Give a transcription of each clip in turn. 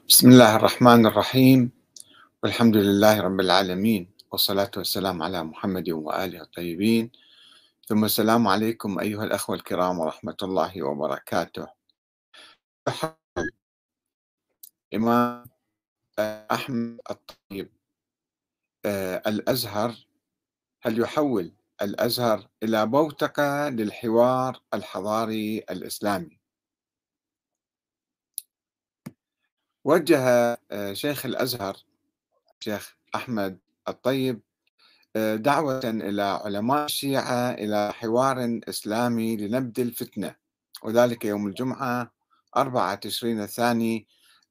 بسم الله الرحمن الرحيم، والحمد لله رب العالمين، والصلاة والسلام على محمد وآله الطيبين، ثم السلام عليكم أيها الأخوة الكرام ورحمة الله وبركاته. الإمام أحمد الطيب الأزهر، هل يحول الأزهر إلى بوتقة للحوار الحضاري الإسلامي؟ وجه شيخ الأزهر شيخ أحمد الطيب دعوة إلى علماء الشيعة إلى حوار إسلامي لنبذ الفتنة، وذلك يوم الجمعة 4 تشرين الثاني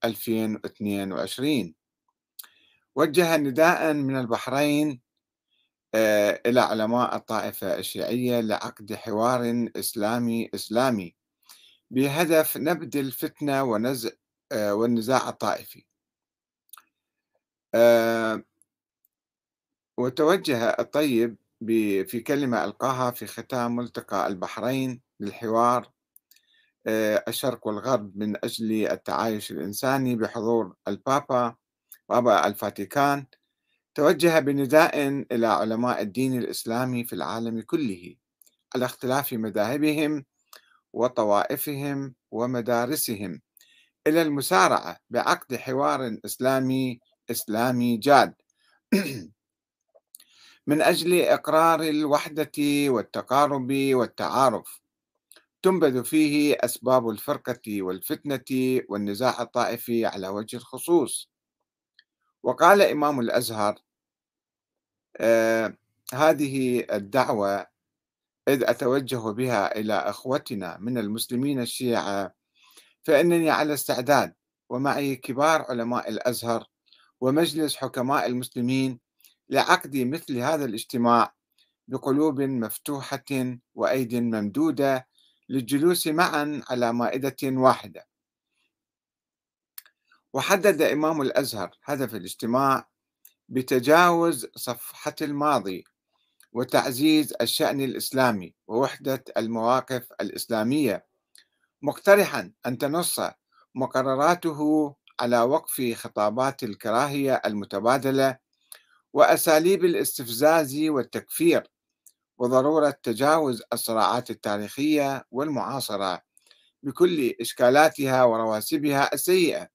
2022. وجه نداء من البحرين إلى علماء الطائفة الشيعية لعقد حوار إسلامي بهدف نبذ الفتنة ونزع والنزاع الطائفي. آه، وتوجه الطيب في كلمة ألقاها في ختام ملتقى البحرين للحوار الشرق والغرب من أجل التعايش الإنساني بحضور بابا الفاتيكان. توجه بنداء إلى علماء الدين الإسلامي في العالم كله على اختلاف مذاهبهم وطوائفهم ومدارسهم إلى المسارعة بعقد حوار إسلامي جاد من أجل إقرار الوحدة والتقارب والتعارف، تنبذ فيه أسباب الفرقة والفتنة والنزاع الطائفي على وجه الخصوص. وقال إمام الأزهر: آه هذه الدعوة إذ أتوجه بها إلى أخوتنا من المسلمين الشيعة، فإنني على استعداد ومعي كبار علماء الأزهر ومجلس حكماء المسلمين لعقد مثل هذا الاجتماع بقلوب مفتوحة وأيد ممدودة للجلوس معا على مائدة واحدة. وحدد إمام الأزهر هدف الاجتماع بتجاوز صفحة الماضي وتعزيز الشأن الإسلامي ووحدة المواقف الإسلامية، مقترحا أن تنص مقرراته على وقف خطابات الكراهية المتبادلة وأساليب الاستفزاز والتكفير، وضرورة تجاوز الصراعات التاريخية والمعاصرة بكل إشكالاتها ورواسبها السيئة.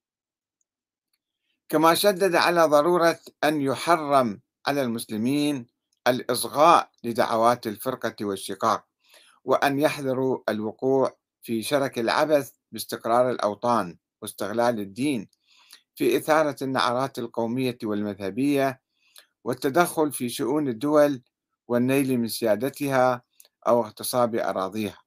كما شدد على ضرورة أن يحرم على المسلمين الإصغاء لدعوات الفرقة والشقاق، وأن يحذروا الوقوع في شرك العبث باستقرار الأوطان واستغلال الدين في إثارة النعرات القومية والمذهبية والتدخل في شؤون الدول والنيل من سيادتها أو اغتصاب أراضيها.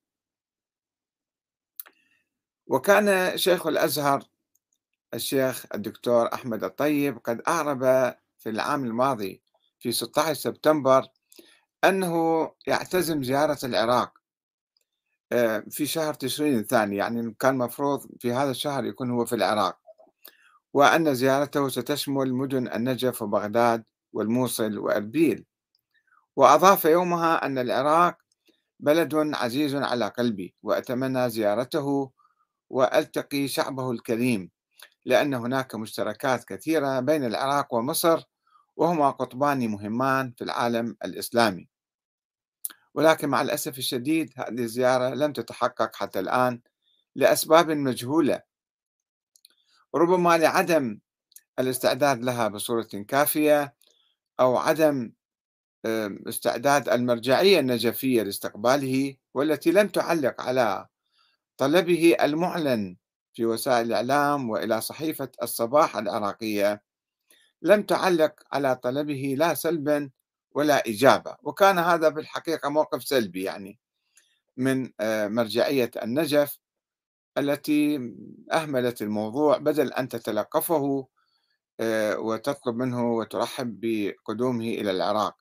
وكان شيخ الأزهر الشيخ الدكتور أحمد الطيب قد أعرب في العام الماضي في 16 سبتمبر أنه يعتزم زيارة العراق في شهر تشرين الثاني، يعني كان مفروض في هذا الشهر يكون هو في العراق، وأن زيارته ستشمل مدن النجف وبغداد والموصل وأربيل. وأضاف يومها أن العراق بلد عزيز على قلبي، وأتمنى زيارته وألتقي شعبه الكريم، لأن هناك مشتركات كثيرة بين العراق ومصر، وهما قطبان مهمان في العالم الإسلامي. ولكن مع الأسف الشديد هذه الزيارة لم تتحقق حتى الآن لأسباب مجهولة، ربما لعدم الاستعداد لها بصورة كافية، أو عدم استعداد المرجعية النجفية لاستقباله، والتي لم تعلق على طلبه المعلن في وسائل الإعلام وإلى صحيفة الصباح العراقية، لم تعلق على طلبه لا سلبا ولا إجابة. وكان هذا بالحقيقة موقف سلبي يعني من مرجعية النجف، التي أهملت الموضوع بدل أن تتلقفه وتطلب منه وترحب بقدومه إلى العراق.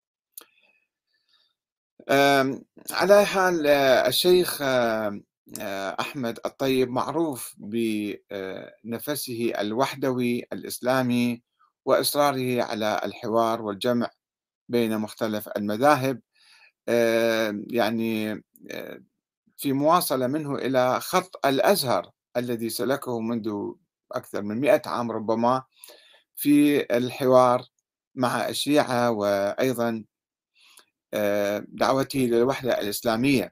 على أي حال الشيخ أحمد الطيب معروف بنفسه الوحدوي الإسلامي وإصراره على الحوار والجمع بين مختلف المذاهب، يعني في مواصلة منه إلى خط الأزهر الذي سلكه منذ أكثر من 100 عام ربما في الحوار مع الشيعة، وأيضًا دعوته للوحدة الإسلامية.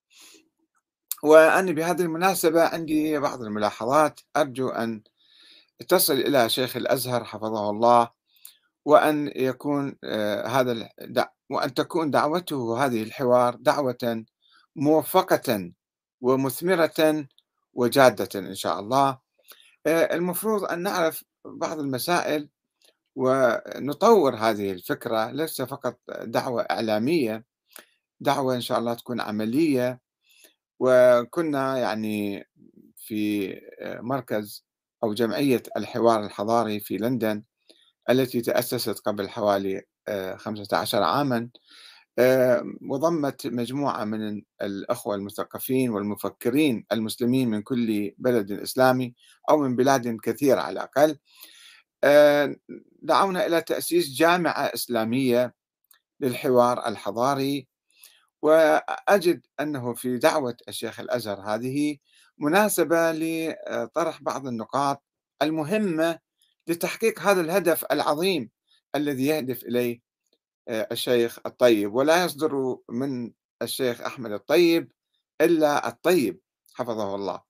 وأنا بهذه المناسبة عندي بعض الملاحظات أرجو أن تصل إلى شيخ الأزهر حفظه الله، وأن يكون وأن تكون دعوته هذه الحوار دعوة موفقة ومثمرة وجادة إن شاء الله. المفروض أن نعرف بعض المسائل ونطور هذه الفكرة، ليس فقط دعوة إعلامية، دعوة إن شاء الله تكون عملية. وكنا يعني في مركز أو جمعية الحوار الحضاري في لندن التي تأسست قبل حوالي 15 عاما، وضمت مجموعة من الأخوة المثقفين والمفكرين المسلمين من كل بلد إسلامي أو من بلاد كثيرة على الأقل. آه، دعونا إلى تأسيس جامعة إسلامية للحوار الحضاري. وأجد أنه في دعوة الشيخ الأزهر هذه مناسبة لطرح بعض النقاط المهمة لتحقيق هذا الهدف العظيم الذي يهدف إليه الشيخ الطيب، ولا يصدر من الشيخ أحمد الطيب إلا الطيب حفظه الله.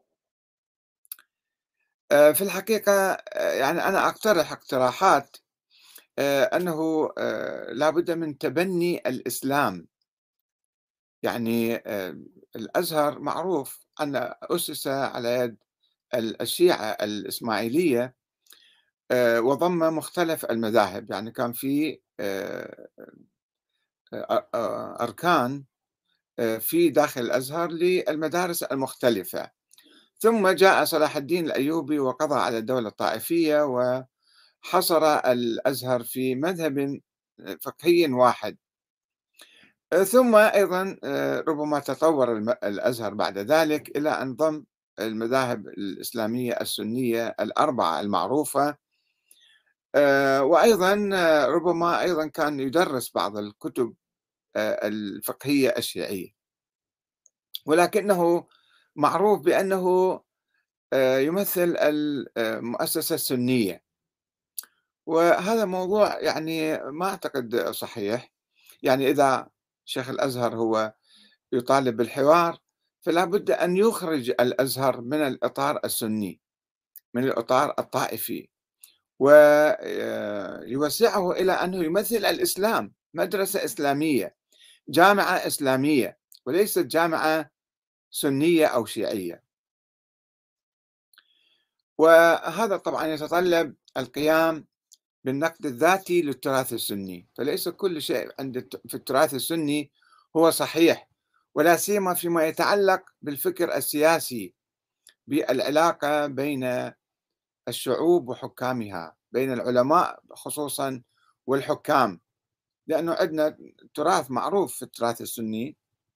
في الحقيقة يعني أنا أقترح اقتراحات أنه لابد من تبني الإسلام. يعني الأزهر معروف أن أسس على يد الشيعة الإسماعيلية، وضم مختلف المذاهب، يعني كان في أركان في داخل الأزهر للمدارس المختلفة. ثم جاء صلاح الدين الأيوبي وقضى على الدولة الطائفية وحصر الأزهر في مذهب فقهي واحد. ثم أيضا ربما تطور الأزهر بعد ذلك إلى أن ضم المذاهب الإسلامية السنية الأربعة المعروفة. وأيضا ربما أيضا كان يدرس بعض الكتب الفقهية الشيعية، ولكنه معروف بأنه يمثل المؤسسة السنية. وهذا موضوع يعني ما أعتقد صحيح. يعني إذا شيخ الأزهر هو يطالب بالحوار، فلا بد أن يخرج الأزهر من الإطار السني، من الإطار الطائفي، ويوسعه إلى أنه يمثل الإسلام، مدرسة إسلامية، جامعة إسلامية، وليست جامعة سنية أو شيعية. وهذا طبعا يتطلب القيام بالنقد الذاتي للتراث السني، فليس كل شيء في التراث السني هو صحيح، ولا سيما فيما يتعلق بالفكر السياسي، بالعلاقة بين الشعوب وحكامها، بين العلماء خصوصا والحكام، لأنه عندنا تراث معروف في التراث السني.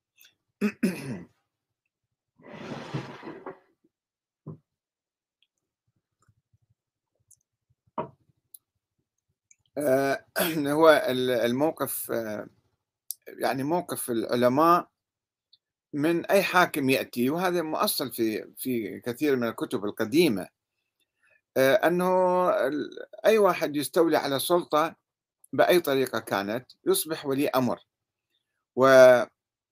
هو الموقف، يعني موقف العلماء من أي حاكم يأتي، وهذا مؤصل في كثير من الكتب القديمة، أنه أي واحد يستولي على السلطة بأي طريقة كانت يصبح ولي أمر، ويجب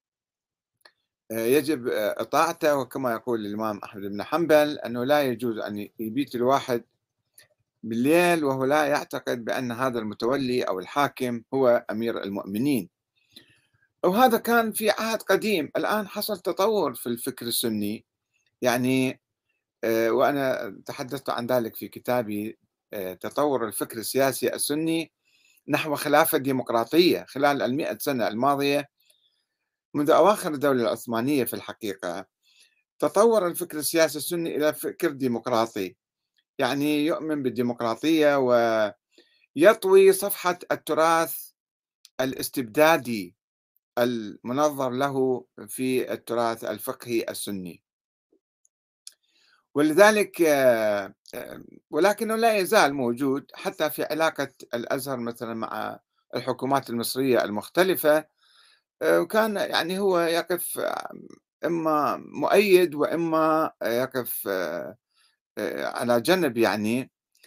إطاعته. وكما يقول الإمام أحمد بن حنبل أنه لا يجوز أن يبيت الواحد بالليل وهو لا يعتقد بأن هذا المتولي أو الحاكم هو أمير المؤمنين. وهذا كان في عهد قديم. الآن حصل تطور في الفكر السني، يعني وأنا تحدثت عن ذلك في كتابي، تطور الفكر السياسي السني نحو خلافة ديمقراطية خلال 100 سنة الماضية منذ أواخر الدولة العثمانية. في الحقيقة تطور الفكر السياسي السني إلى فكر ديمقراطي، يعني يؤمن بالديمقراطية ويطوي صفحة التراث الاستبدادي المنظر له في التراث الفقهي السني. ولذلك ولكنه لا يزال موجود حتى في علاقة الأزهر مثلا مع الحكومات المصرية المختلفة. وكان يعني هو يقف إما مؤيد وإما يقف على جنب يعني،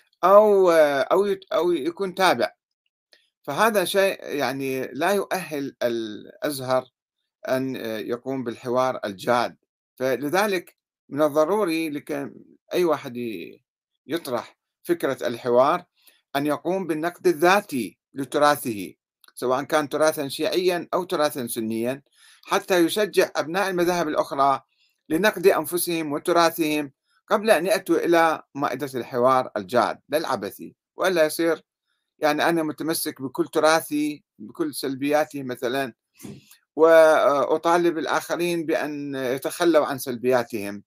أو يكون تابع. فهذا شيء يعني لا يؤهل الأزهر أن يقوم بالحوار الجاد. فلذلك من الضروري أي واحد يطرح فكرة الحوار أن يقوم بالنقد الذاتي لتراثه، سواء كان تراثا شيعيا أو تراثا سنيا، حتى يشجع أبناء المذاهب الأخرى لنقد أنفسهم وتراثهم قبل أن يأتوا إلى مائدة الحوار الجاد لا العبثي، وإلا يصير يعني أنا متمسك بكل تراثي بكل سلبياته مثلا، وأطالب الآخرين بأن يتخلوا عن سلبياتهم.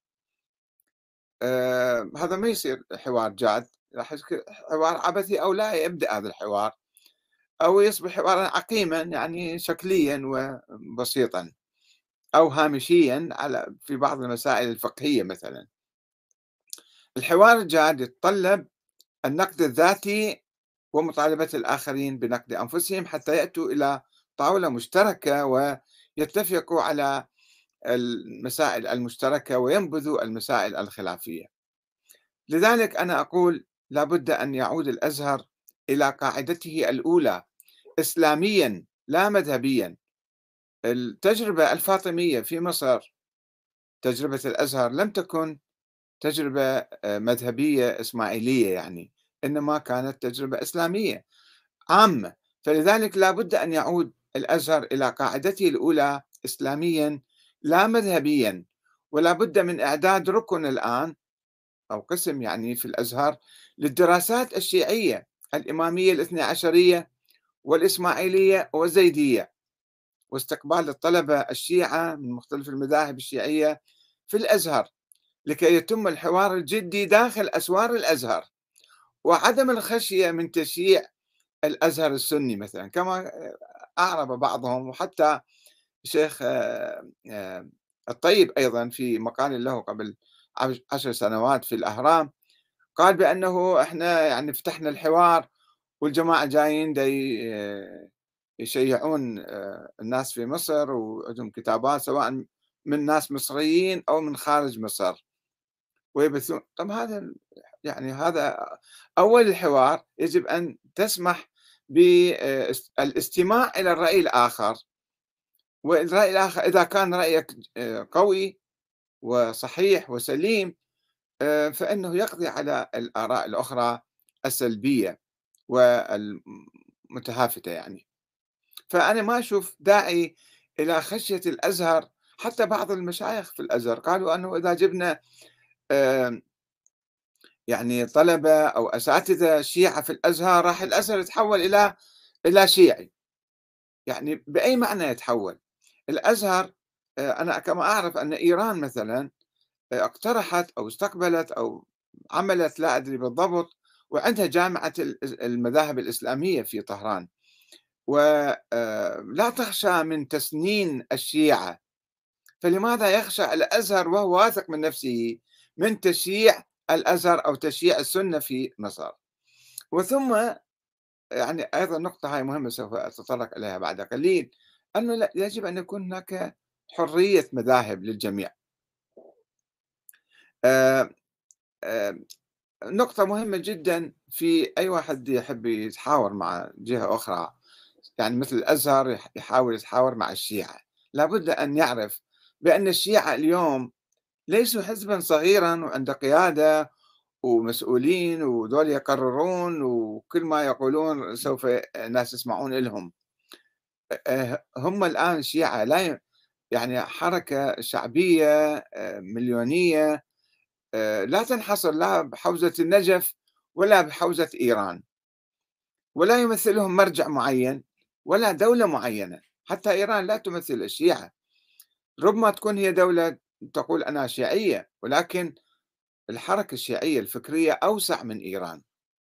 هذا ما يصير حوار جاد، راح يصير حوار عبثي، أو لا يبدأ هذا الحوار، أو يصبح حوارا عقيما يعني شكليا وبسيطا، أو هامشيا في بعض المسائل الفقهية مثلا. الحوار الجاد يتطلب النقد الذاتي ومطالبة الآخرين بنقد أنفسهم حتى يأتوا إلى طاولة مشتركة ويتفقوا على المسائل المشتركة وينبذوا المسائل الخلافية. لذلك أنا أقول لابد أن يعود الأزهر إلى قاعدته الأولى إسلاميا لا مذهبيا. التجربة الفاطمية في مصر، تجربة الأزهر لم تكن تجربة مذهبية إسماعيلية يعني، إنما كانت تجربة إسلامية عامة. فلذلك لا بد أن يعود الأزهر إلى قاعدته الأولى إسلاميا لا مذهبيا، ولا بد من إعداد ركن الآن أو قسم يعني في الأزهر للدراسات الشيعية الإمامية الاثنى عشرية والإسماعيلية والزيدية، واستقبال الطلبة الشيعة من مختلف المذاهب الشيعية في الأزهر لكي يتم الحوار الجدي داخل أسوار الأزهر، وعدم الخشية من تشييع الأزهر السني مثلا كما أعرب بعضهم. وحتى الشيخ الطيب أيضا في مقال له قبل 10 سنوات في الأهرام قال بأنه إحنا يعني فتحنا الحوار والجماعة جايين يشيعون الناس في مصر وعندهم كتابات سواء من ناس مصريين أو من خارج مصر ويبثون. طب هذا يعني هذا أول الحوار يجب أن تسمح بالاستماع إلى الرأي الآخر، والرأي الآخر إذا كان رأيك قوي وصحيح وسليم فإنه يقضي على الآراء الأخرى السلبية والمتهافتة يعني. فأنا ما أشوف داعي إلى خشية الأزهر. حتى بعض المشايخ في الأزهر قالوا أنه إذا جبنا آه، يعني طلبة أو أساتذة شيعة في الأزهر راح الأزهر يتحول إلى شيعي. يعني بأي معنى يتحول الأزهر؟ أنا كما أعرف أن إيران مثلا اقترحت أو استقبلت أو عملت لا أدري بالضبط، وعندها جامعة المذاهب الإسلامية في طهران، ولا تخشى من تسنين الشيعة. فلماذا يخشى الأزهر وهو واثق من نفسه من تشييع الأزهر أو تشييع السنة في مصر؟ وثم يعني أيضا نقطة هاي مهمة سوف أتطرق إليها بعد قليل، أنه يجب أن يكون هناك حرية مذاهب للجميع. آه، آه، نقطة مهمة جدا في أي واحد يحب يتحاور مع جهة أخرى، يعني مثل الأزهر يحاول يتحاور مع الشيعة، لابد أن يعرف بأن الشيعة اليوم ليسوا حزبا صغيرا وعند قيادة ومسؤولين وذول يقررون وكل ما يقولون سوف الناس يسمعون لهم. هم الآن الشيعة لا يعني حركة شعبية مليونية لا تنحصر لا بحوزة النجف ولا بحوزة إيران، ولا يمثلهم مرجع معين ولا دولة معينة. حتى إيران لا تمثل الشيعة، ربما تكون هي دولة تقول أنا شيعية، ولكن الحركة الشيعية الفكرية أوسع من إيران.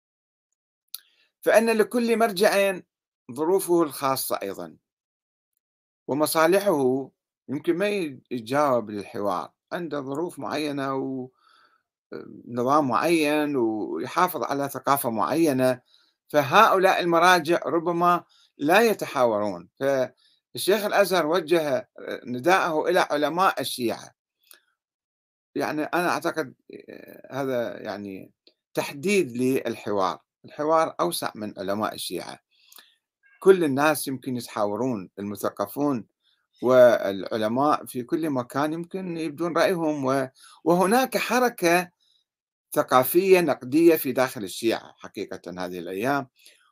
فإن لكل مرجع ظروفه الخاصة أيضا ومصالحه، يمكن ما يتجاوب للحوار، عنده ظروف معينة ونظام معين ويحافظ على ثقافة معينة. فهؤلاء المراجع ربما لا يتحاورون. فالشيخ الأزهر وجه نداءه إلى علماء الشيعة يعني أنا أعتقد هذا يعني تحديد للحوار، الحوار أوسع من علماء الشيعة، كل الناس يمكن يتحاورون، المثقفون والعلماء في كل مكان يمكن يبدون رأيهم، وهناك حركة ثقافية نقدية في داخل الشيعة حقيقة هذه الأيام،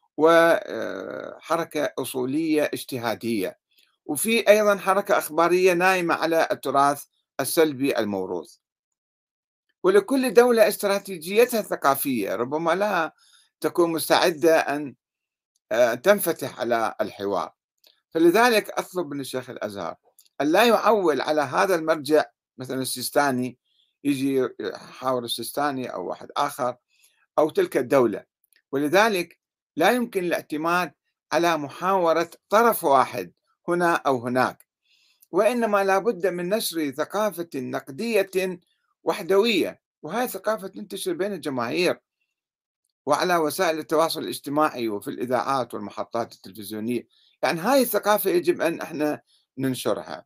وحركة أصولية اجتهادية، وفي أيضا حركة أخبارية نايمة على التراث السلبي الموروث. ولكل دولة استراتيجيتها الثقافية، ربما لا تكون مستعدة أن تنفتح على الحوار. فلذلك أطلب من الشيخ الأزهر أن لا يعول على هذا المرجع، مثلا السيستاني يجي يحاور السيستاني أو واحد آخر أو تلك الدولة، ولذلك لا يمكن الاعتماد على محاورة طرف واحد هنا أو هناك، وإنما لا بد من نشر ثقافة نقدية وحدوية، وهذه الثقافة تنتشر بين الجماهير وعلى وسائل التواصل الاجتماعي وفي الإذاعات والمحطات التلفزيونية. يعني هاي الثقافة يجب أن احنا ننشرها.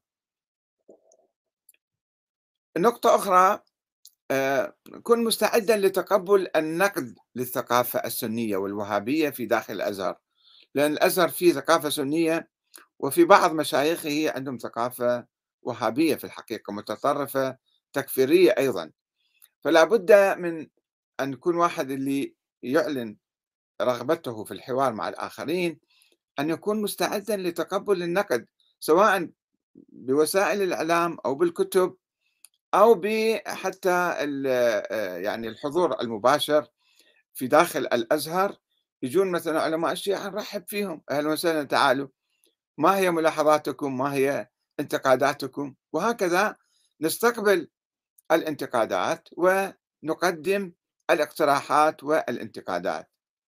نقطة أخرى، كن مستعدا لتقبل النقد للثقافة السنية والوهابية في داخل الأزهر، لأن الأزهر فيه ثقافة سنية، وفي بعض مشايخه عندهم ثقافة وهابية في الحقيقة متطرفة تكفيرية أيضا. فلا بد من أن يكون واحد اللي يعلن رغبته في الحوار مع الآخرين أن يكون مستعدا لتقبل النقد، سواء بوسائل الإعلام أو بالكتب أو حتى يعني الحضور المباشر في داخل الأزهر. يجون مثلا علماء الشيعة نرحب فيهم، أهلا وسهلا، تعالوا، ما هي ملاحظاتكم، ما هي انتقاداتكم، وهكذا نستقبل الانتقادات ونقدم الاقتراحات والانتقادات.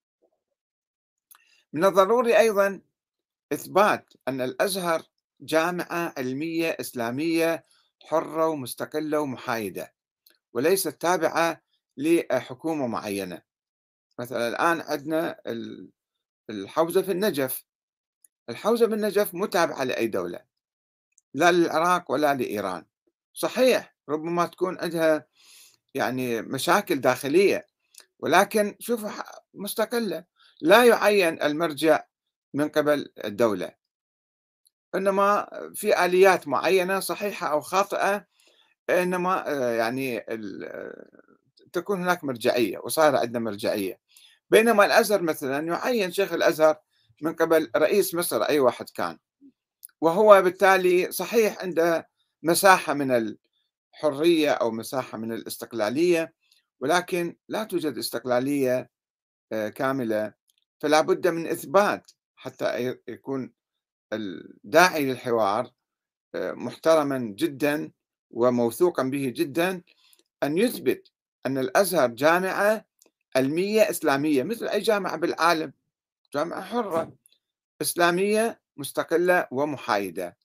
من الضروري أيضا إثبات أن الأزهر جامعة علمية إسلامية حرة ومستقلة ومحايدة، وليست تابعة لحكومة معينة. مثلا الآن عندنا الحوزة في النجف، الحوزة في النجف مو تابعة لأي دولة، لا للعراق ولا لإيران. صحيح ربما تكون عندها يعني مشاكل داخلية، ولكن شوفوا مستقلة، لا يعين المرجع من قبل الدولة، إنما في آليات معينة صحيحة أو خاطئة، إنما يعني تكون هناك مرجعية، وصار عندنا مرجعية. بينما الأزهر مثلا يعين شيخ الأزهر من قبل رئيس مصر أي واحد كان، وهو بالتالي صحيح عنده مساحة من الحرية أو مساحة من الاستقلالية، ولكن لا توجد استقلالية كاملة. فلا بد من إثبات حتى يكون الداعي للحوار محترما جدا وموثوقا به جدا، أن يثبت أن الأزهر جامعة علمية إسلامية مثل أي جامعة بالعالم، جامعة حرة إسلامية مستقلة ومحايدة.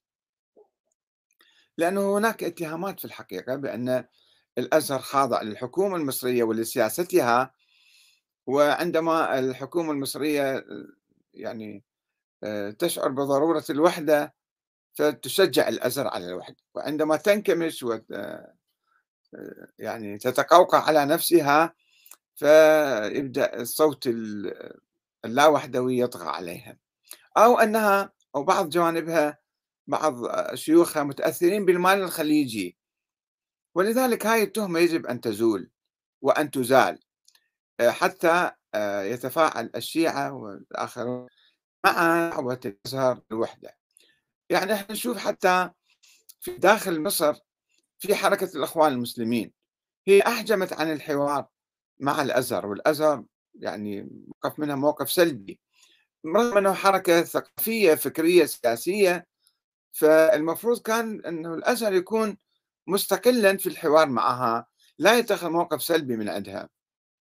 لأنه هناك اتهامات في الحقيقة بأن الأزهر خاضع للحكومة المصرية ولسياستها، وعندما الحكومة المصرية يعني تشعر بضرورة الوحدة فتشجع الأزهر على الوحدة، وعندما تنكمش يعني تتقوقع على نفسها فيبدأ الصوت اللاوحدوي يطغى عليها، أو أنها أو بعض جوانبها، بعض شيوخها متأثرين بالمال الخليجي، ولذلك هاي التهمة يجب أن تزول وأن تزال حتى يتفاعل الشيعة والآخرون مع دعوة الأزهر للوحدة. يعني احنا نشوف حتى في داخل مصر في حركة الإخوان المسلمين، هي أحجمت عن الحوار مع الأزهر، والأزهر يعني وقف منها موقف سلبي، رغم أنه حركة ثقافية فكرية سياسية. فالمفروض كان أنه الأزهر يكون مستقلا في الحوار معها، لا يتخذ موقف سلبي من عندها.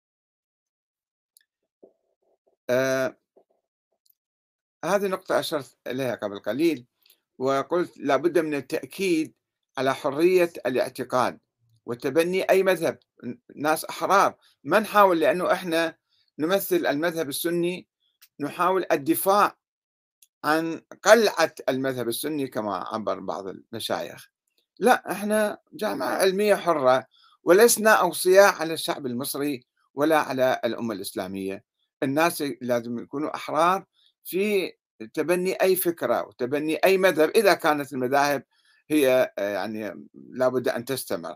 آه هذه نقطة أشرت إليها قبل قليل، وقلت لابد من التأكيد على حرية الاعتقاد وتبني أي مذهب. ناس أحرار، ما نحاول لأنه إحنا نمثل المذهب السني نحاول الدفاع عن قلعة المذهب السني كما عبر بعض المشايخ. لا، إحنا جامعة علمية حرة، ولسنا أوصياء على الشعب المصري ولا على الأمة الإسلامية. الناس لازم يكونوا أحرار في تبني أي فكرة وتبني أي مذهب إذا كانت المذاهب هي يعني لابد أن تستمر.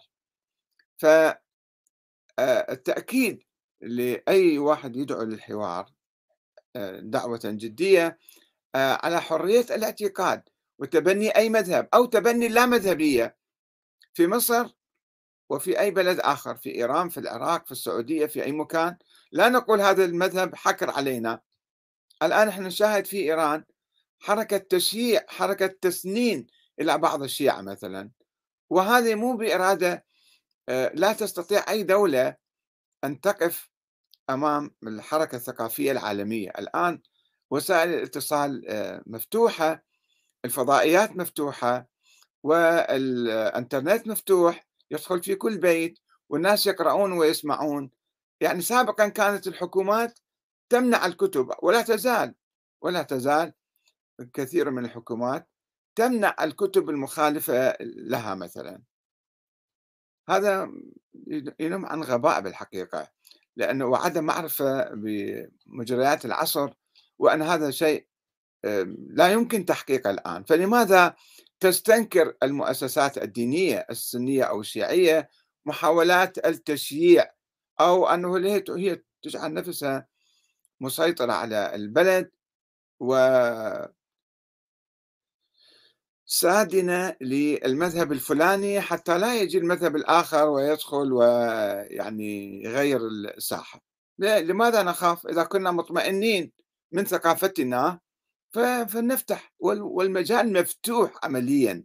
فالتأكيد لأي واحد يدعو للحوار دعوة جدية على حرية الاعتقاد وتبني أي مذهب أو تبني اللامذهبية في مصر وفي أي بلد آخر، في إيران، في العراق، في السعودية، في أي مكان. لا نقول هذا المذهب حكر علينا. الآن نحن نشاهد في إيران حركة تشييع، حركة تسنين إلى بعض الشيعة مثلا، وهذه مو بإرادة. لا تستطيع أي دولة أن تقف أمام الحركة الثقافية العالمية. الآن وسائل الاتصال مفتوحة، الفضائيات مفتوحة، والإنترنت مفتوح يدخل في كل بيت والناس يقرؤون ويسمعون. يعني سابقا كانت الحكومات تمنع الكتب، ولا تزال كثير من الحكومات تمنع الكتب المخالفة لها مثلا. هذا ينم عن غباء بالحقيقة، لأنه وعدم معرفة بمجريات العصر، وأن هذا شيء لا يمكن تحقيقه الآن. فلماذا تستنكر المؤسسات الدينية السنية أو الشيعية محاولات التشييع، أو أنه هي تجعل نفسها مسيطرة على البلد وسادنة للمذهب الفلاني حتى لا يجي المذهب الآخر ويدخل ويعني يغير الساحة؟ لماذا نخاف إذا كنا مطمئنين من ثقافتنا؟ فلنفتح، والمجال مفتوح عمليا.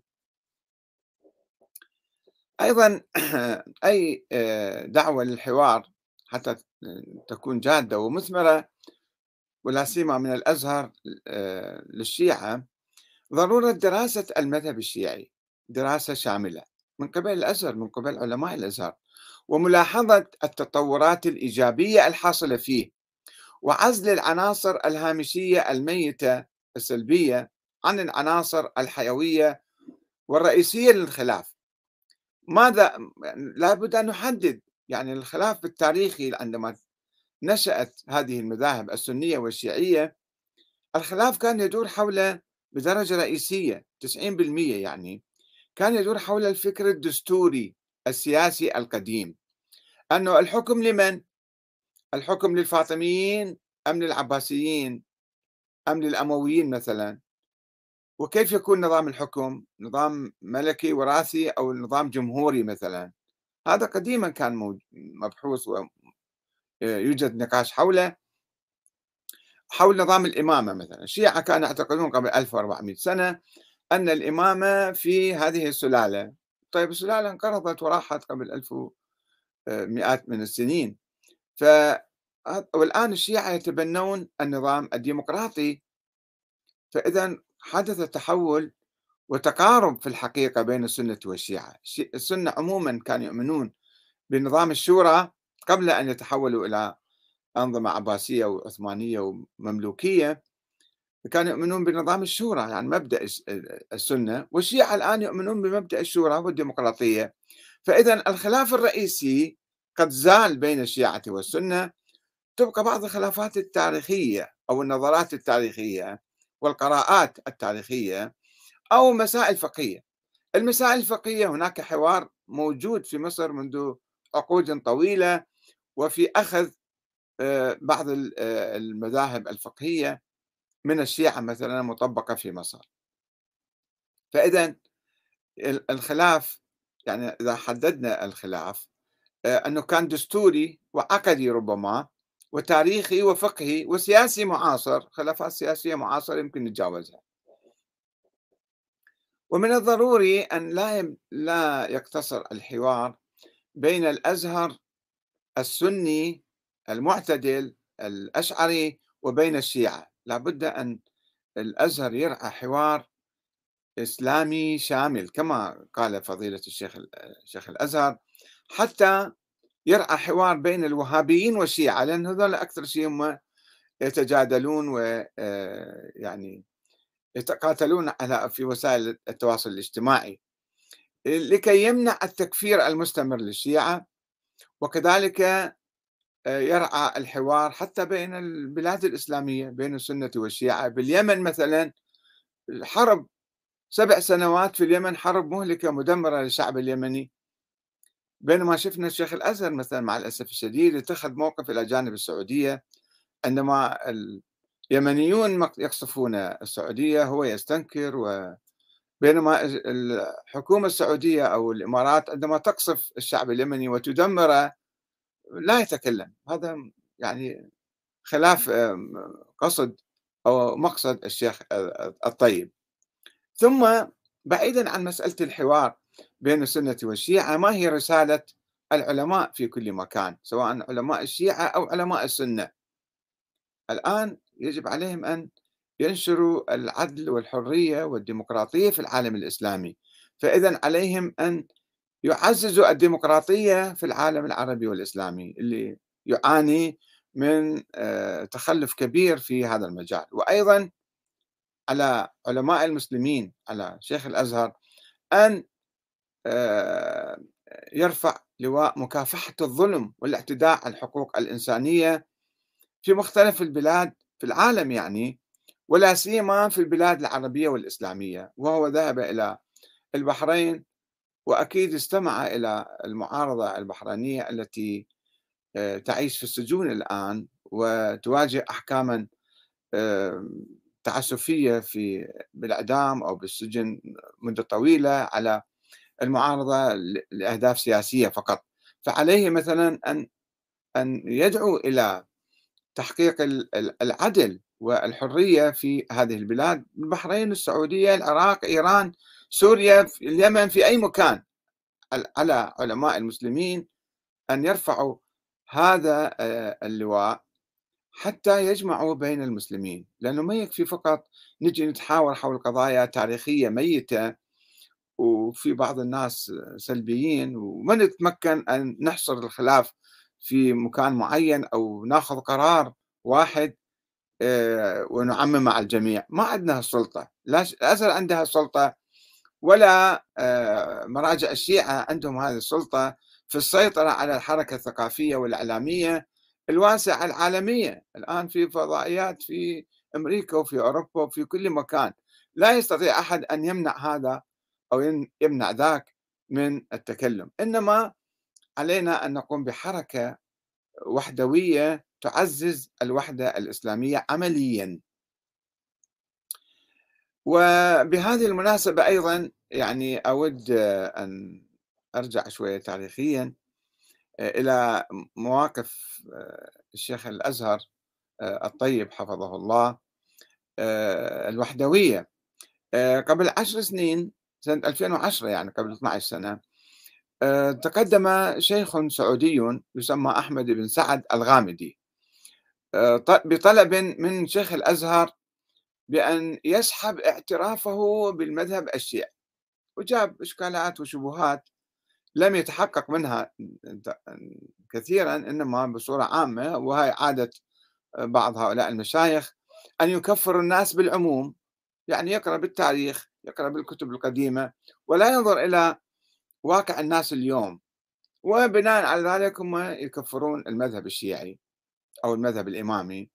أيضا أي دعوة للحوار حتى تكون جادة ومثمرة، ولا سيما من الأزهر للشيعة، ضرورة دراسة المذهب الشيعي دراسة شاملة من قبل الأزهر، من قبل علماء الأزهر، وملاحظة التطورات الإيجابية الحاصلة فيه، وعزل العناصر الهامشية الميتة السلبية عن العناصر الحيوية والرئيسية للخلاف. ماذا لابد أن نحدد يعني الخلاف التاريخي. عندما نشأت هذه المذاهب السنية والشيعية، الخلاف كان يدور حول بدرجة رئيسية 90% يعني كان يدور حول الفكر الدستوري السياسي القديم، أنه الحكم لمن؟ الحكم للفاطميين أم للعباسيين أم للأمويين مثلا؟ وكيف يكون نظام الحكم؟ نظام ملكي وراثي أو نظام جمهوري مثلا؟ هذا قديما كان مبحوث ويوجد نقاش حوله، حول نظام الإمامة مثلا. الشيعة كانوا يعتقدون قبل 1400 سنة أن الإمامة في هذه السلالة. طيب السلالة انقرضت وراحت قبل 1000 مئات من السنين. ف والآن الشيعة يتبنون النظام الديمقراطي. فإذا حدث تحول وتقارب في الحقيقة بين السنة والشيعة. السنة عموما كانوا يؤمنون بنظام الشورى قبل أن يتحولوا إلى أنظمة عباسية وعثمانية ومملوكية. كانوا يؤمنون بنظام الشورى يعني مبدأ السنة، والشيعة الآن يؤمنون بمبدأ الشورى والديمقراطية. فإذا الخلاف الرئيسي قد زال بين الشيعة والسنة. تبقى بعض الخلافات التاريخية أو النظرات التاريخية والقراءات التاريخية أو مسائل فقهية. المسائل الفقهية هناك حوار موجود في مصر منذ عقود طويلة، وفي أخذ بعض المذاهب الفقهية من الشيعة مثلا مطبقة في مصر. فإذا الخلاف يعني إذا حددنا الخلاف أنه كان دستوري وعقدي ربما وتاريخي وفقهي وسياسي معاصر. خلافات سياسية معاصرة يمكن نتجاوزها. ومن الضروري أن لا يقتصر الحوار بين الأزهر السني المعتدل الأشعري وبين الشيعة. لابد أن الأزهر يرعى حوار إسلامي شامل كما قال فضيلة الشيخ الأزهر، حتى يرعى حوار بين الوهابيين والشيعة، لأن هذول أكثر شيء هم يتجادلون ويعني يتقاتلون في وسائل التواصل الاجتماعي لكي يمنع التكفير المستمر للشيعة وكذلك يرعى الحوار حتى بين البلاد الإسلامية، بين السنة والشيعة. باليمن مثلًا الحرب 7 سنوات في اليمن، حرب مهلكة مدمرة للشعب اليمني، بينما شفنا الشيخ الأزهر مثلًا مع الأسف الشديد اتخذ موقف إلى جانب السعودية، عندما اليمنيون يقصفون السعودية هو يستنكر، بينما الحكومة السعودية أو الإمارات عندما تقصف الشعب اليمني وتدمره لا يتكلم. هذا يعني خلاف قصد أو مقصد الشيخ الطيب. ثم بعيدا عن مسألة الحوار بين السنة والشيعة، ما هي رسالة العلماء في كل مكان سواء علماء الشيعة أو علماء السنة؟ الآن يجب عليهم أن ينشروا العدل والحرية والديمقراطية في العالم الإسلامي، فإذا عليهم أن يعززوا الديمقراطية في العالم العربي والإسلامي اللي يعاني من تخلف كبير في هذا المجال. وأيضا على علماء المسلمين، على شيخ الأزهر، أن آه، يرفع لواء مكافحة الظلم والاعتداء على الحقوق الإنسانية في مختلف البلاد في العالم يعني، ولا سيما في البلاد العربية والإسلامية. وهو ذهب إلى البحرين وأكيد استمع إلى المعارضة البحرينية التي تعيش في السجون الآن وتواجه أحكاما آه، تعسفية بالإعدام أو بالسجن مدة طويلة على المعارضة لأهداف سياسية فقط. فعليه مثلا أن يدعو إلى تحقيق العدل والحرية في هذه البلاد، البحرين، السعودية، العراق، إيران، سوريا، في اليمن، في أي مكان. على علماء المسلمين أن يرفعوا هذا اللواء حتى يجمعوا بين المسلمين، لأنه ما يكفي فقط نجي نتحاور حول قضايا تاريخية ميتة وفي بعض الناس سلبيين وما نتمكن أن نحصر الخلاف في مكان معين أو ناخذ قرار واحد ونعمم على الجميع. ما عندنا السلطة، لا الأزهر عندها السلطة ولا مراجع الشيعة عندهم هذه السلطة في السيطرة على الحركة الثقافية والإعلامية الواسعة العالمية. الآن في فضائيات في أمريكا وفي أوروبا وفي كل مكان، لا يستطيع أحد أن يمنع هذا أو يمنع ذاك من التكلم، إنما علينا أن نقوم بحركة وحدوية تعزز الوحدة الإسلامية عمليا. وبهذه المناسبة أيضا يعني أود أن أرجع شوية تاريخيا إلى مواقف الشيخ الأزهر الطيب حفظه الله الوحدوية. قبل 10 سنين، سنة 2010 يعني قبل 12 سنة، تقدم شيخ سعودي يسمى أحمد بن سعد الغامدي بطلب من شيخ الأزهر بأن يسحب اعترافه بالمذهب الشيعي، وجاب إشكالات وشبهات لم يتحقق منها كثيرا، إنما بصورة عامة، وهي عادة بعض هؤلاء المشايخ أن يكفروا الناس بالعموم، يعني يقرأ بالتاريخ، يقرأ بالكتب القديمة، ولا ينظر إلى واقع الناس اليوم، وبناء على ذلك هم يكفرون المذهب الشيعي أو المذهب الإمامي.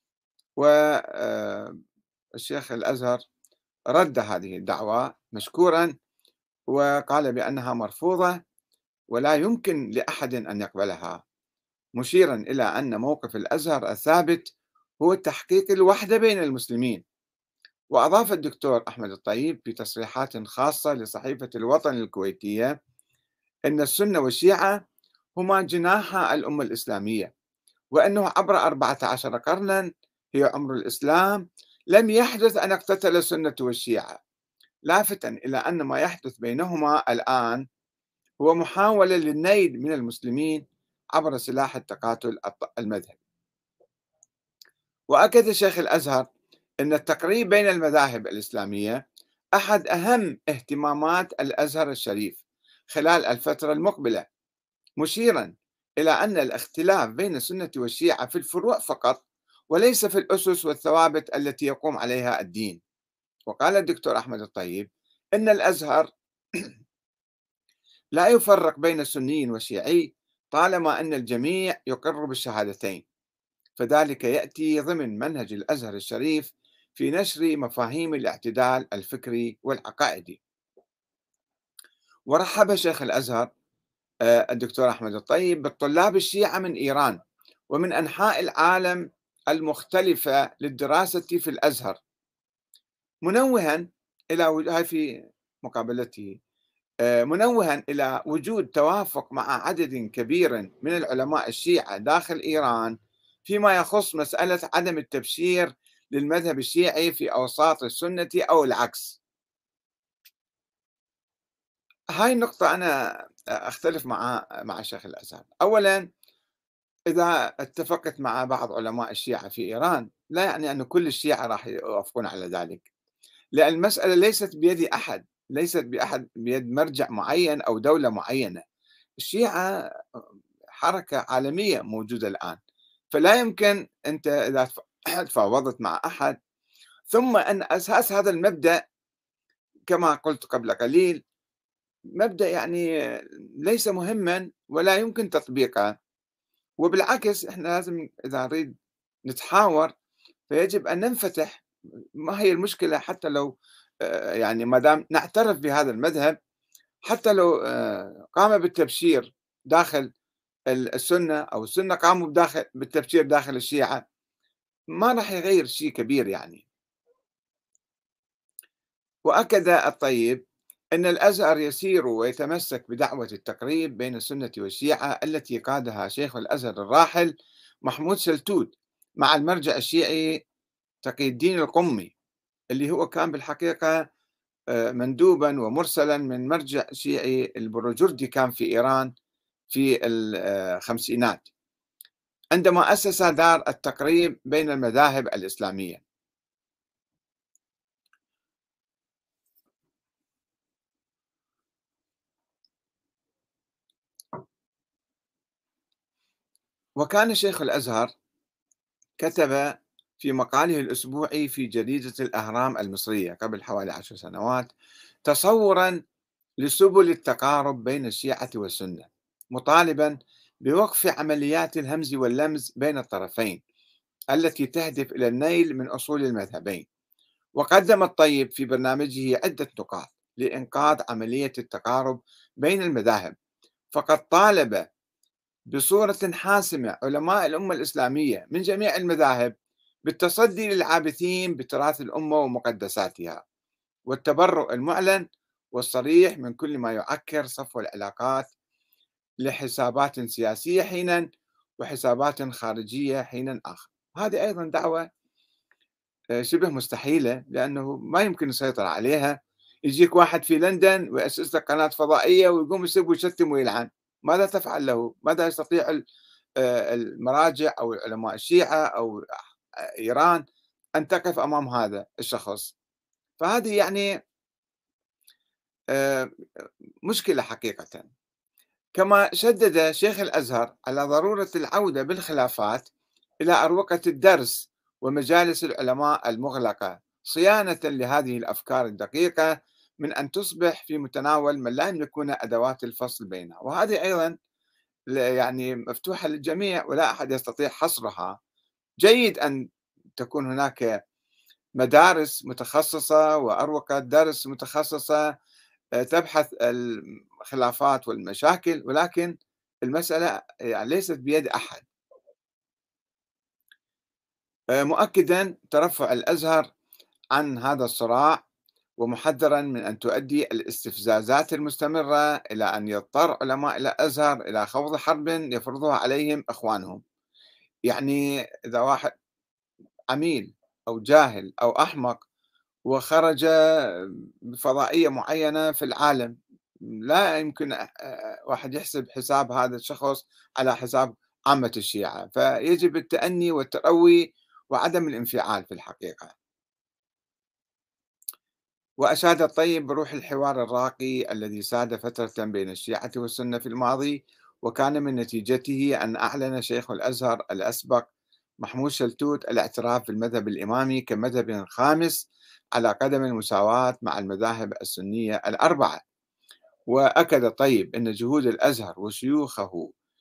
والشيخ الأزهر رد هذه الدعوة مشكورا وقال بأنها مرفوضة ولا يمكن لأحد أن يقبلها، مشيرا إلى أن موقف الأزهر الثابت هو تحقيق الوحدة بين المسلمين. وأضاف الدكتور أحمد الطيب في تصريحات خاصة لصحيفة الوطن الكويتية أن السنة والشيعة هما جناح الأمة الإسلامية، وأنه عبر 14 قرنا هي عمر الإسلام لم يحدث أن اقتتل السنة والشيعة، لافتا إلى أن ما يحدث بينهما الآن هو محاولة للنيل من المسلمين عبر سلاح التقاتل المذهبي. وأكد شيخ الأزهر أن التقريب بين المذاهب الإسلامية أحد أهم اهتمامات الأزهر الشريف خلال الفترة المقبلة، مشيرا إلى أن الاختلاف بين السنة والشيعة في الفروع فقط وليس في الأسس والثوابت التي يقوم عليها الدين. وقال الدكتور أحمد الطيب أن الأزهر لا يفرق بين السني والشيعي طالما أن الجميع يقر بالشهادتين، فذلك يأتي ضمن منهج الأزهر الشريف في نشر مفاهيم الاعتدال الفكري والعقائدي. ورحب شيخ الأزهر الدكتور أحمد الطيب بالطلاب الشيعة من إيران ومن أنحاء العالم المختلفة للدراسة في الأزهر، منوها هاي في مقابلته منوها إلى وجود توافق مع عدد كبير من العلماء الشيعة داخل إيران فيما يخص مسألة عدم التبشير للمذهب الشيعي في أوساط السنة أو العكس. هاي النقطة أنا أختلف مع شيخ الأزهر. أولا، إذا اتفقت مع بعض علماء الشيعة في إيران لا يعني أن كل الشيعة راح يوافقون على ذلك، لأن المسألة ليست بيد أحد، ليست بيد مرجع معين أو دولة معينة. الشيعة حركة عالمية موجودة الآن، فلا يمكن أنت إذا تفاوضت مع أحد ثم أن أساس هذا المبدأ كما قلت قبل قليل مبدأ يعني ليس مهما ولا يمكن تطبيقه، وبالعكس احنا لازم إذا نريد نتحاور فيجب أن ننفتح. ما هي المشكلة حتى لو يعني ما دام نعترف بهذا المذهب، حتى لو قام بالتبشير داخل السنة أو السنة قاموا بالتبشير داخل الشيعة، ما راح يغير شيء كبير يعني. وأكد الطيب أن الأزهر يسير ويتمسك بدعوة التقريب بين السنة والشيعة التي قادها شيخ الأزهر الراحل محمود شلتوت مع المرجع الشيعي تقي الدين القمي، اللي هو كان بالحقيقة مندوبا ومرسلا من مرجع شيعي البروجردي، كان في إيران في الخمسينات عندما أسس دار التقريب بين المذاهب الإسلامية. وكان شيخ الأزهر كتب في مقاله الأسبوعي في جريدة الأهرام المصرية قبل حوالي 10 سنوات تصورا لسبل التقارب بين الشيعة والسنة، مطالبا بوقف عمليات الهمز واللمز بين الطرفين التي تهدف إلى النيل من أصول المذهبين. وقدم الطيب في برنامجه عدة نقاط لإنقاذ عملية التقارب بين المذاهب، فقد طالب بصورة حاسمة علماء الأمة الإسلامية من جميع المذاهب بالتصدي للعابثين بتراث الأمة ومقدساتها، والتبرؤ المعلن والصريح من كل ما يعكر صفو العلاقات لحسابات سياسية حينا وحسابات خارجية حينا آخر. هذه أيضا دعوة شبه مستحيلة، لأنه ما يمكن يسيطر عليها. يجيك واحد في لندن ويأسس لك قناة فضائية ويقوم يسب ويشتم ويلعن، ماذا تفعل له؟ ماذا يستطيع المراجع أو علماء الشيعة أو إيران أن تقف أمام هذا الشخص؟ فهذه يعني آه، مشكلة حقيقة. كما شدد شيخ الأزهر على ضرورة العودة بالخلافات إلى أروقة الدرس ومجالس العلماء المغلقة صيانة لهذه الأفكار الدقيقة من أن تصبح في متناول من لا يملكون أدوات الفصل بينها. وهذه أيضا يعني مفتوحة للجميع ولا أحد يستطيع حصرها. جيد أن تكون هناك مدارس متخصصة وأروقة درس متخصصة تبحث الخلافات والمشاكل، ولكن المسألة يعني ليست بيد أحد. مؤكدا ترفع الأزهر عن هذا الصراع ومحذرا من أن تؤدي الاستفزازات المستمرة إلى أن يضطر علماء الأزهر إلى خوض حرب يفرضها عليهم إخوانهم. يعني إذا واحد عميل أو جاهل أو أحمق وخرج بفضائية معينة في العالم، لا يمكن واحد يحسب حساب هذا الشخص على حساب عامة الشيعة، فيجب التأني والتروي وعدم الانفعال في الحقيقة. وأشاد الطيب بروح الحوار الراقي الذي ساد فترة بين الشيعة والسنة في الماضي، وكان من نتيجته أن أعلن شيخ الأزهر الأسبق محمود شلتوت الاعتراف بالمذهب الإمامي كمذهب خامس على قدم المساواة مع المذاهب السنية الأربعة. وأكد طيب أن جهود الأزهر وشيوخه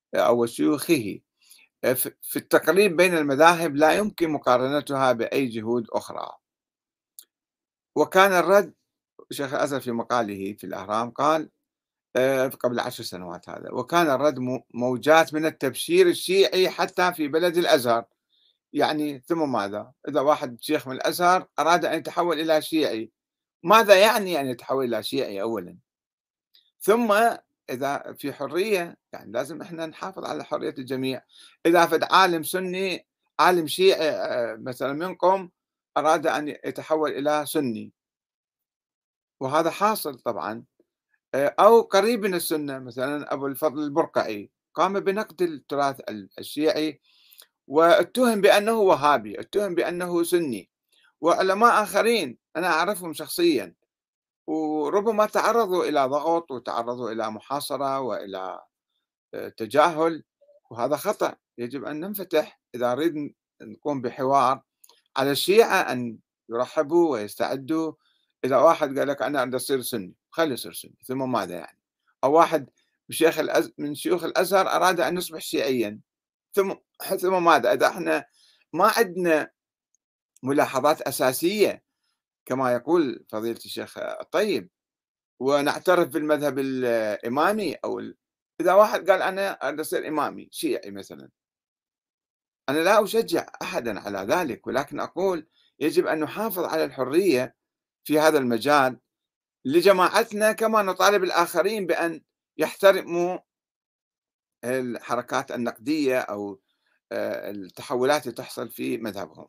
أو شيوخه في التقريب بين المذاهب لا يمكن مقارنتها بأي جهود أخرى. وكان الرد، شيخ الأزهر في مقاله في الأهرام قال قبل 10 سنوات هذا، وكان الرد موجات من التبشير الشيعي حتى في بلد الأزهر. يعني ثم ماذا؟ إذا واحد شيخ من الأزهر أراد أن يتحول إلى شيعي، ماذا يعني أن يتحول إلى شيعي أولًا؟ ثم إذا في حرية، يعني لازم إحنا نحافظ على حرية الجميع. إذا فد عالم سني، عالم شيعي مثلًا منكم أراد أن يتحول إلى سني، وهذا حاصل طبعًا. أو قريب من السنة، مثلًا أبو الفضل البرقعي قام بنقد التراث الشيعي، واتُّهم بأنه وهابي، اتُّهم بأنه سني، وعلماء آخرين أنا أعرفهم شخصيًا، وربما تعرضوا إلى ضغط وتعرضوا إلى محاصرة وإلى تجاهل، وهذا خطأ. يجب أن ننفتح إذا نريد نقوم بحوار، على الشيعة أن يرحبوا ويستعدوا. إذا واحد قال لك أنا أريد أصير سني، خليه يصير سني، ثم ماذا يعني؟ أو واحد من شيوخ الأزهر أراد أن يصبح شيعيًا، ثم ماذا؟ إذا إحنا ما عندنا ملاحظات أساسية كما يقول فضيلة الشيخ الطيب، ونعترف بالمذهب الإمامي إذا واحد قال أنا أريد أصير إمامي شيعي مثلًا، أنا لا أشجع أحدًا على ذلك، ولكن أقول يجب أن نحافظ على الحرية في هذا المجال لجماعتنا، كما نطالب الآخرين بأن يحترموا الحركات النقدية أو التحولات اللي تحصل في مذهبهم.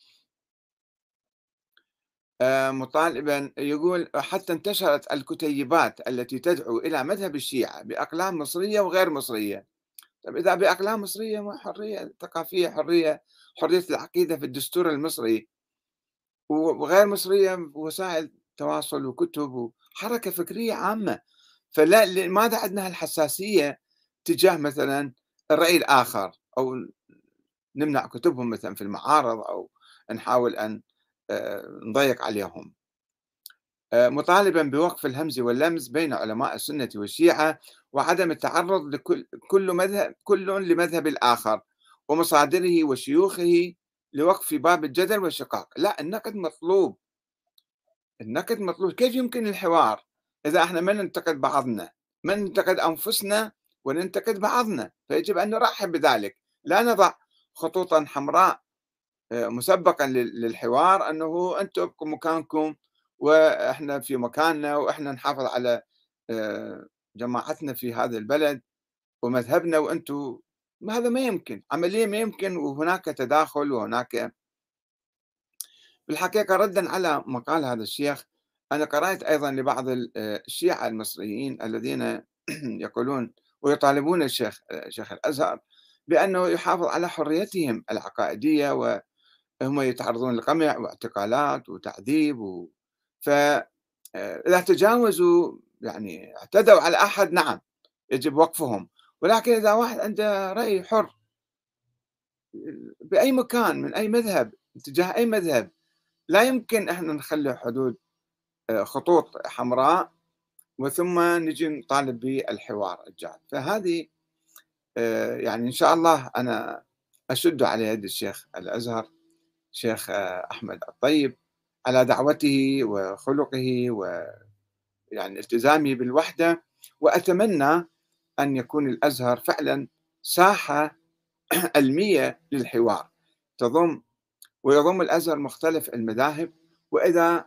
مطالبًا يقول حتى انتشرت الكتيبات التي تدعو إلى مذهب الشيعة بأقلام مصرية وغير مصرية. طيب إذا بأقلام مصرية، ما حرية ثقافية، حرية العقيدة في الدستور المصري، وغير مصرية وسائل تواصل وكتب وحركة فكرية عامة. لماذا عندنا هالحساسية تجاه مثلًا الرأي الآخر، أو نمنع كتبهم مثلًا في المعارض، أو نحاول أن نضيّق عليهم. مطالبًا بوقف الهمز واللمز بين علماء السنة والشيعة، وعدم التعرُّض كل لمذهب الآخر ومصادره وشيوخه، لوقف باب الجدل والشقاق. لأ، النقد مطلوب، النقد مطلوب. كيف يمكن الحوار إذا إحنا ما ننتقد بعضنا، ما ننتقد أنفسنا وننتقد بعضنا؟ فيجب أن نرحب بذلك، لا نضع خطوطًا حمراء مسبقًا للحوار، أنه أنتم ابقوا مكانكم وإحنا في مكاننا، وإحنا نحافظ على جماعتنا في هذا البلد ومذهبنا، وأنتم هذا ما يمكن، عمليًا ما يمكن، وهناك تداخل وهناك بالحقيقة. ردًا على مقال هذا الشيخ، أنا قرأت أيضًا لبعض الشيعة المصريين الذين يقولون ويطالبون شيخ الأزهر بأنه يحافظ على حريتهم العقائدية، هم يتعرضون لقمع واعتقالات وتعذيب إذا تجاوزوا، يعني اعتدوا على أحد، نعم يجب وقفهم. ولكن إذا واحد عنده رأي حر بأي مكان من أي مذهب تجاه أي مذهب، لا يمكن إحنا نخلي حدود خطوط حمراء وثم نجي نطالب بالحوار الجاد. فهذه يعني إن شاء الله أنا أشد على يد الشيخ الأزهر، الشيخ أحمد الطيب، على دعوته وخلقه ويعني التزامه بالوحدة، وأتمنى أن يكون الأزهر فعلا ساحة علمية للحوار، تضم ويضم الأزهر مختلف المذاهب. وإذا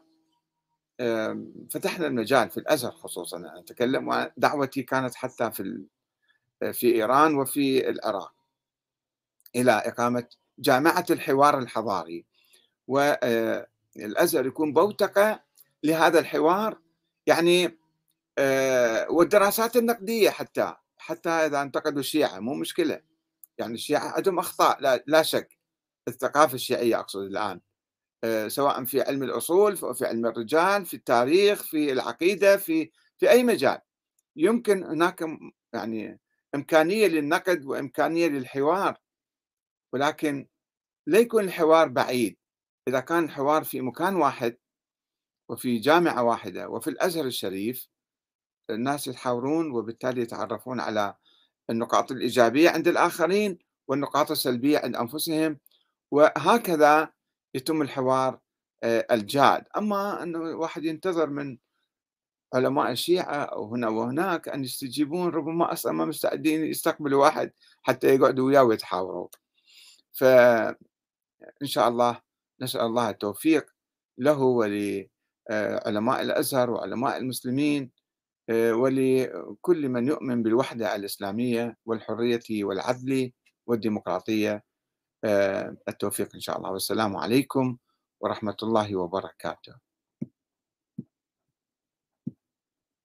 فتحنا المجال في الأزهر خصوصا، أنا أتكلم ودعوتي كانت حتى في إيران وفي العراق إلى إقامة جامعة الحوار الحضاري، والأزهر يكون بوتقة لهذا الحوار، يعني والدراسات النقدية حتى إذا انتقدوا الشيعة مو مشكلة، يعني الشيعة عندهم أخطاء لا شك، الثقافة الشيعية أقصد الآن، سواء في علم الأصول، في علم الرجال، في التاريخ، في العقيدة، في أي مجال يمكن هناك يعني إمكانية للنقد وإمكانية للحوار، ولكن لا يكون الحوار بعيد. إذا كان الحوار في مكان واحد وفي جامعة واحدة وفي الأزهر الشريف، الناس يتحاورون وبالتالي يتعرفون على النقاط الإيجابية عند الآخرين والنقاط السلبية عند أنفسهم، وهكذا يتم الحوار الجاد. أما أنه الواحد ينتظر من علماء الشيعة أو هنا وهناك أن يستجيبون، ربما أصلا ما مستعدين يستقبلوا واحد حتى يقعدوا وياه ويتحاوروا. فإن شاء الله نسأل الله التوفيق له ولعلماء الأزهر وعلماء المسلمين، ولكل من يؤمن بالوحدة الإسلامية والحرية والعدل والديمقراطية، التوفيق إن شاء الله. والسلام عليكم ورحمة الله وبركاته.